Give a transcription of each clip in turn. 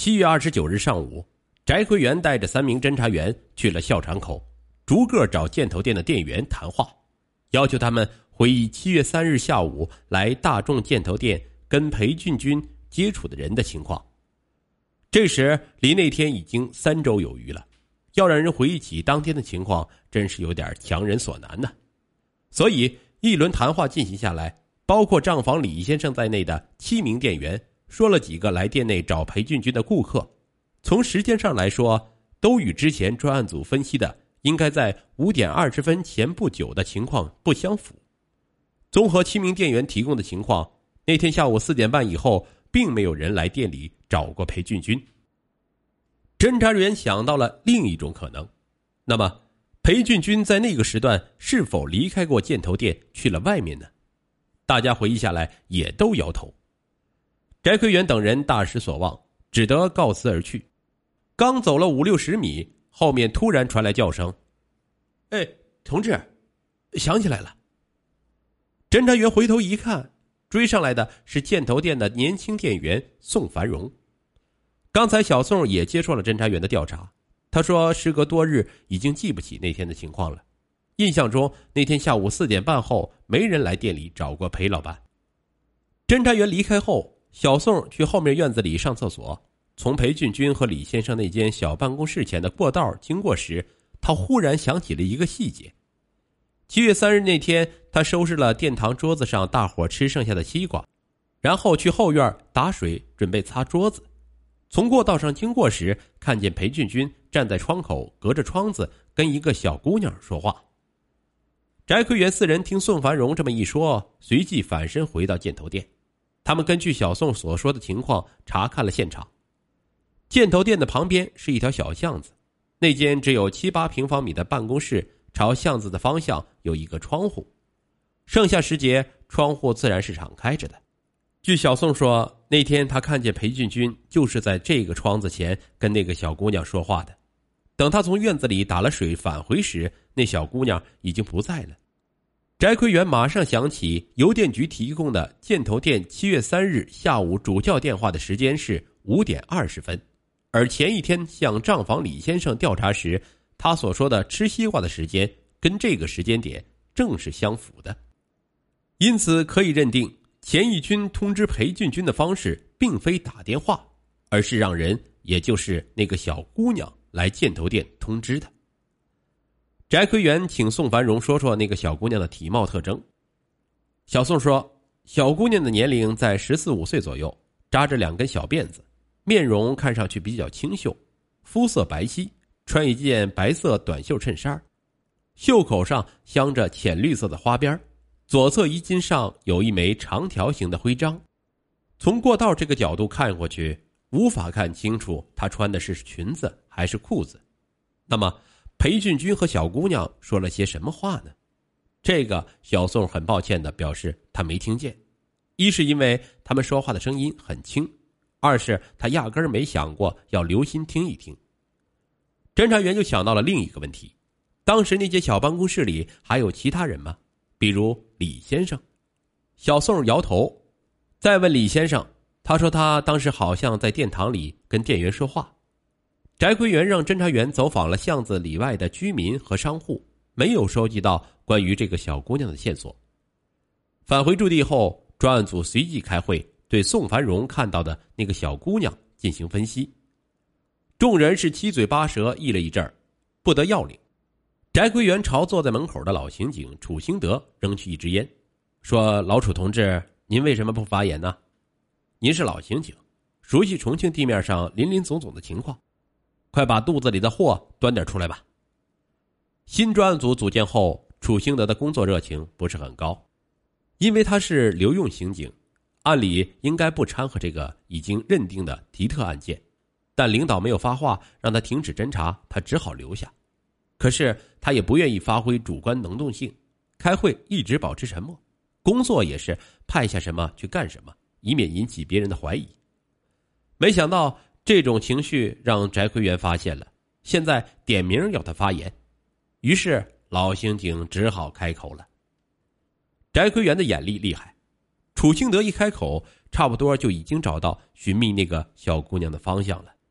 7月29日上午，翟奎元带着3名侦查员去了校场口，逐个找箭头店的店员谈话，要求他们回忆7月3日下午来大众箭头店跟裴俊军接触的人的情况。这时离那天已经3周有余了，要让人回忆起当天的情况，真是有点强人所难呢。所以一轮谈话进行下来，包括账房李先生在内的7名店员说了几个来店内找裴俊军的顾客，从时间上来说，都与之前专案组分析的应该在5点20分前不久的情况不相符。综合7名店员提供的情况，那天下午4点半以后，并没有人来店里找过裴俊军。侦查员想到了另一种可能，那么裴俊军在那个时段是否离开过箭头店去了外面呢？大家回忆下来也都摇头。翟奎元等人大失所望，只得告辞而去。刚走了50-60米，后面突然传来叫声：“哎，同志，想起来了。”侦查员回头一看，追上来的是箭头店的年轻店员宋繁荣。刚才小宋也接受了侦查员的调查，他说时隔多日已经记不起那天的情况了，印象中那天下午4点半后没人来店里找过裴老板。侦查员离开后，小宋去后面院子里上厕所，从裴俊军和李先生那间小办公室前的过道经过时，他忽然想起了一个细节。7月3日那天，他收拾了殿堂桌子上大伙吃剩下的西瓜，然后去后院打水准备擦桌子。从过道上经过时，看见裴俊军站在窗口，隔着窗子跟一个小姑娘说话。翟奎元4人听宋繁荣这么一说，随即返身回到箭头店。他们根据小宋所说的情况查看了现场。箭头店的旁边是一条小巷子，那间只有7-8平方米的办公室朝巷子的方向有一个窗户，盛夏时节窗户自然是敞开着的。据小宋说，那天他看见裴俊军就是在这个窗子前跟那个小姑娘说话的。等他从院子里打了水返回时，那小姑娘已经不在了。翟奎元马上想起邮电局提供的箭头店7月3日下午主叫电话的时间是5点20分，而前一天向账房李先生调查时，他所说的吃西瓜的时间跟这个时间点正是相符的。因此可以认定，钱义军通知裴俊军的方式并非打电话，而是让人，也就是那个小姑娘来箭头店通知的。翟奎元请宋繁荣说说那个小姑娘的体貌特征。小宋说，小姑娘的年龄在14-15岁左右，扎着2根小辫子，面容看上去比较清秀，肤色白皙，穿一件白色短袖衬衫，袖口上镶着浅绿色的花边，左侧衣襟上有一枚长条形的徽章。从过道这个角度看过去，无法看清楚她穿的是裙子还是裤子。那么裴俊军和小姑娘说了些什么话呢？这个小宋很抱歉地表示他没听见，一是因为他们说话的声音很轻，二是他压根儿没想过要留心听一听。侦查员就想到了另一个问题，当时那间小办公室里还有其他人吗？比如李先生？小宋摇头。再问李先生，他说他当时好像在殿堂里跟店员说话。翟奎元让侦查员走访了巷子里外的居民和商户，没有收集到关于这个小姑娘的线索。返回驻地后，专案组随即开会，对宋繁荣看到的那个小姑娘进行分析。众人是七嘴八舌议了一阵儿，不得要领。翟奎元朝坐在门口的老刑警楚兴德扔去一支烟，说：“老楚同志，您为什么不发言呢？您是老刑警，熟悉重庆地面上林林总总的情况，快把肚子里的货端点出来吧。”新专案组组建后，楚兴德的工作热情不是很高，因为他是留用刑警，按理应该不掺和这个已经认定的提特案件，但领导没有发话让他停止侦查，他只好留下。可是他也不愿意发挥主观能动性，开会一直保持沉默，工作也是派下什么去干什么，以免引起别人的怀疑。没想到这种情绪让翟奎元发现了，现在点名要他发言，于是老刑警只好开口了。翟奎元的眼力厉害，楚兴德一开口，差不多就已经找到寻觅那个小姑娘的方向了。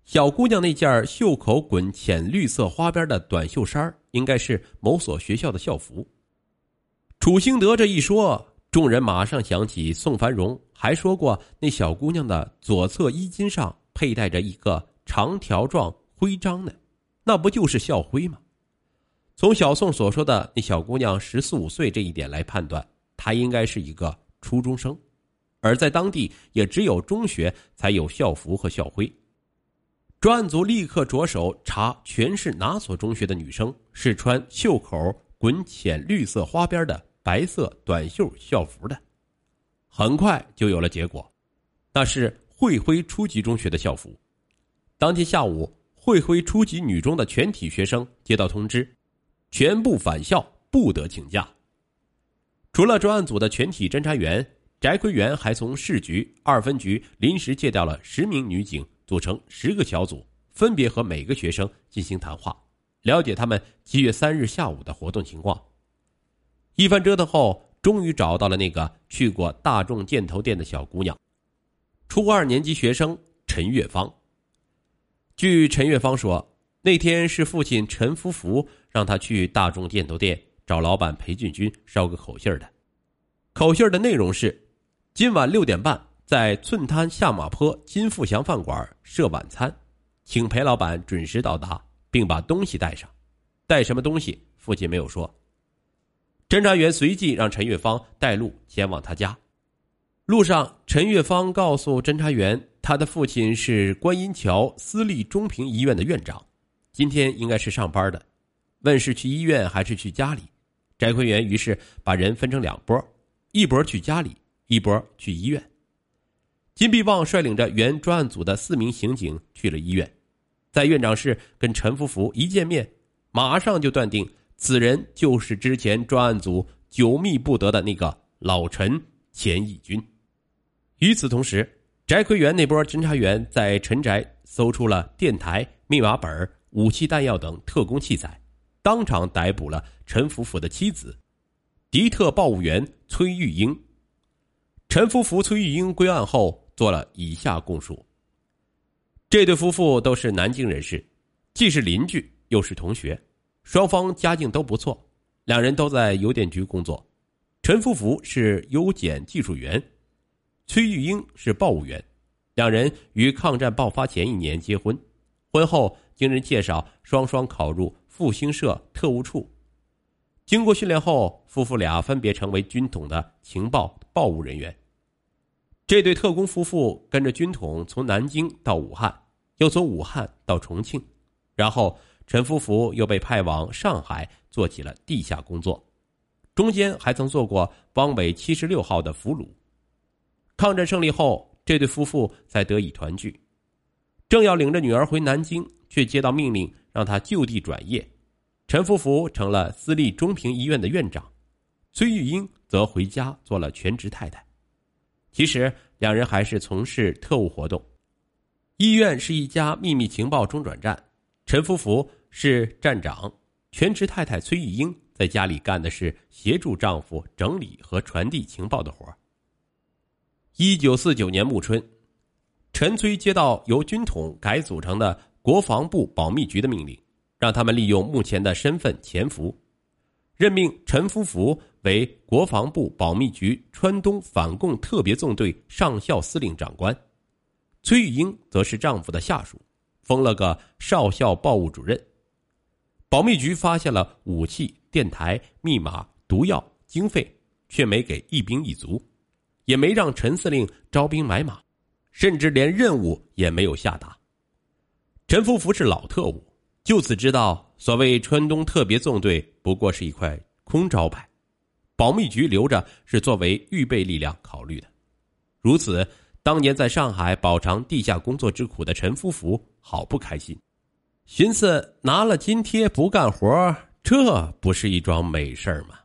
小姑娘那件袖口滚浅绿色花边的短袖衫应该是某所学校的校服。楚兴德这一说，众人马上想起宋繁荣还说过那小姑娘的左侧衣襟上佩戴着一个长条状徽章呢，那不就是校徽吗？从小宋所说的那小姑娘14、15岁这一点来判断，她应该是一个初中生，而在当地也只有中学才有校服和校徽。专案组立刻着手查全市哪所中学的女生是穿袖口滚浅绿色花边的白色短袖校服的。很快就有了结果，那是汇辉初级中学的校服。当天下午，汇辉初级女中的全体学生接到通知，全部返校，不得请假。除了专案组的全体侦查员，翟奎元还从市局、2分局临时借调了10名女警，组成10个小组，分别和每个学生进行谈话，了解他们7月3日下午的活动情况。一番折腾后，终于找到了那个去过大众箭头店的小姑娘，初2年级学生陈月芳。据陈月芳说，那天是父亲陈福福让他去大众箭头店找老板裴俊军捎个口信的。口信的内容是：今晚6点半在寸滩下马坡金富祥饭馆设晚餐，请裴老板准时到达，并把东西带上。带什么东西，父亲没有说。侦查员随即让陈月芳带路前往他家。路上，陈月芳告诉侦查员，他的父亲是观音桥私立中平医院的院长，今天应该是上班的。问是去医院还是去家里，翟奎元于是把人分成2波，一波去家里，一波去医院。金必旺率领着原专案组的4名刑警去了医院，在院长室跟陈福福一见面，马上就断定此人就是之前专案组久密不得的那个老陈钱义军。与此同时，翟奎元那波侦查员在陈宅搜出了电台、密码本、武器弹药等特工器材，当场逮捕了陈福福的妻子敌特报务员崔玉英。陈福福、崔玉英归案后做了以下供述。这对夫妇都是南京人士，既是邻居又是同学，双方家境都不错，两人都在邮电局工作。陈福福是邮检技术员，崔玉英是报务员，两人于抗战爆发前1年结婚，婚后经人介绍，双双考入复兴社特务处。经过训练后，夫妇俩分别成为军统的情报报务人员。这对特工夫妇跟着军统从南京到武汉，又从武汉到重庆，然后陈福福又被派往上海做起了地下工作，中间还曾做过汪伪76号的俘虏。抗战胜利后，这对夫妇才得以团聚。正要领着女儿回南京，却接到命令让他就地转业。陈福福成了私立中平医院的院长，崔玉英则回家做了全职太太。其实两人还是从事特务活动。医院是一家秘密情报中转站，陈福福是站长，全职太太崔玉英在家里干的是协助丈夫整理和传递情报的活。1949年暮春，陈崔接到由军统改组成的国防部保密局的命令，让他们利用目前的身份潜伏，任命陈福福为国防部保密局川东反共特别纵队上校司令长官，崔玉英则是丈夫的下属，封了个少校报务主任。保密局发现了武器、电台、密码、毒药、经费，却没给一兵一卒，也没让陈司令招兵买马，甚至连任务也没有下达。陈福福是老特务，就此知道所谓川东特别纵队不过是一块空招牌，保密局留着是作为预备力量考虑的。如此，当年在上海饱尝地下工作之苦的陈福福好不开心，寻思拿了津贴不干活，这不是一桩美事吗？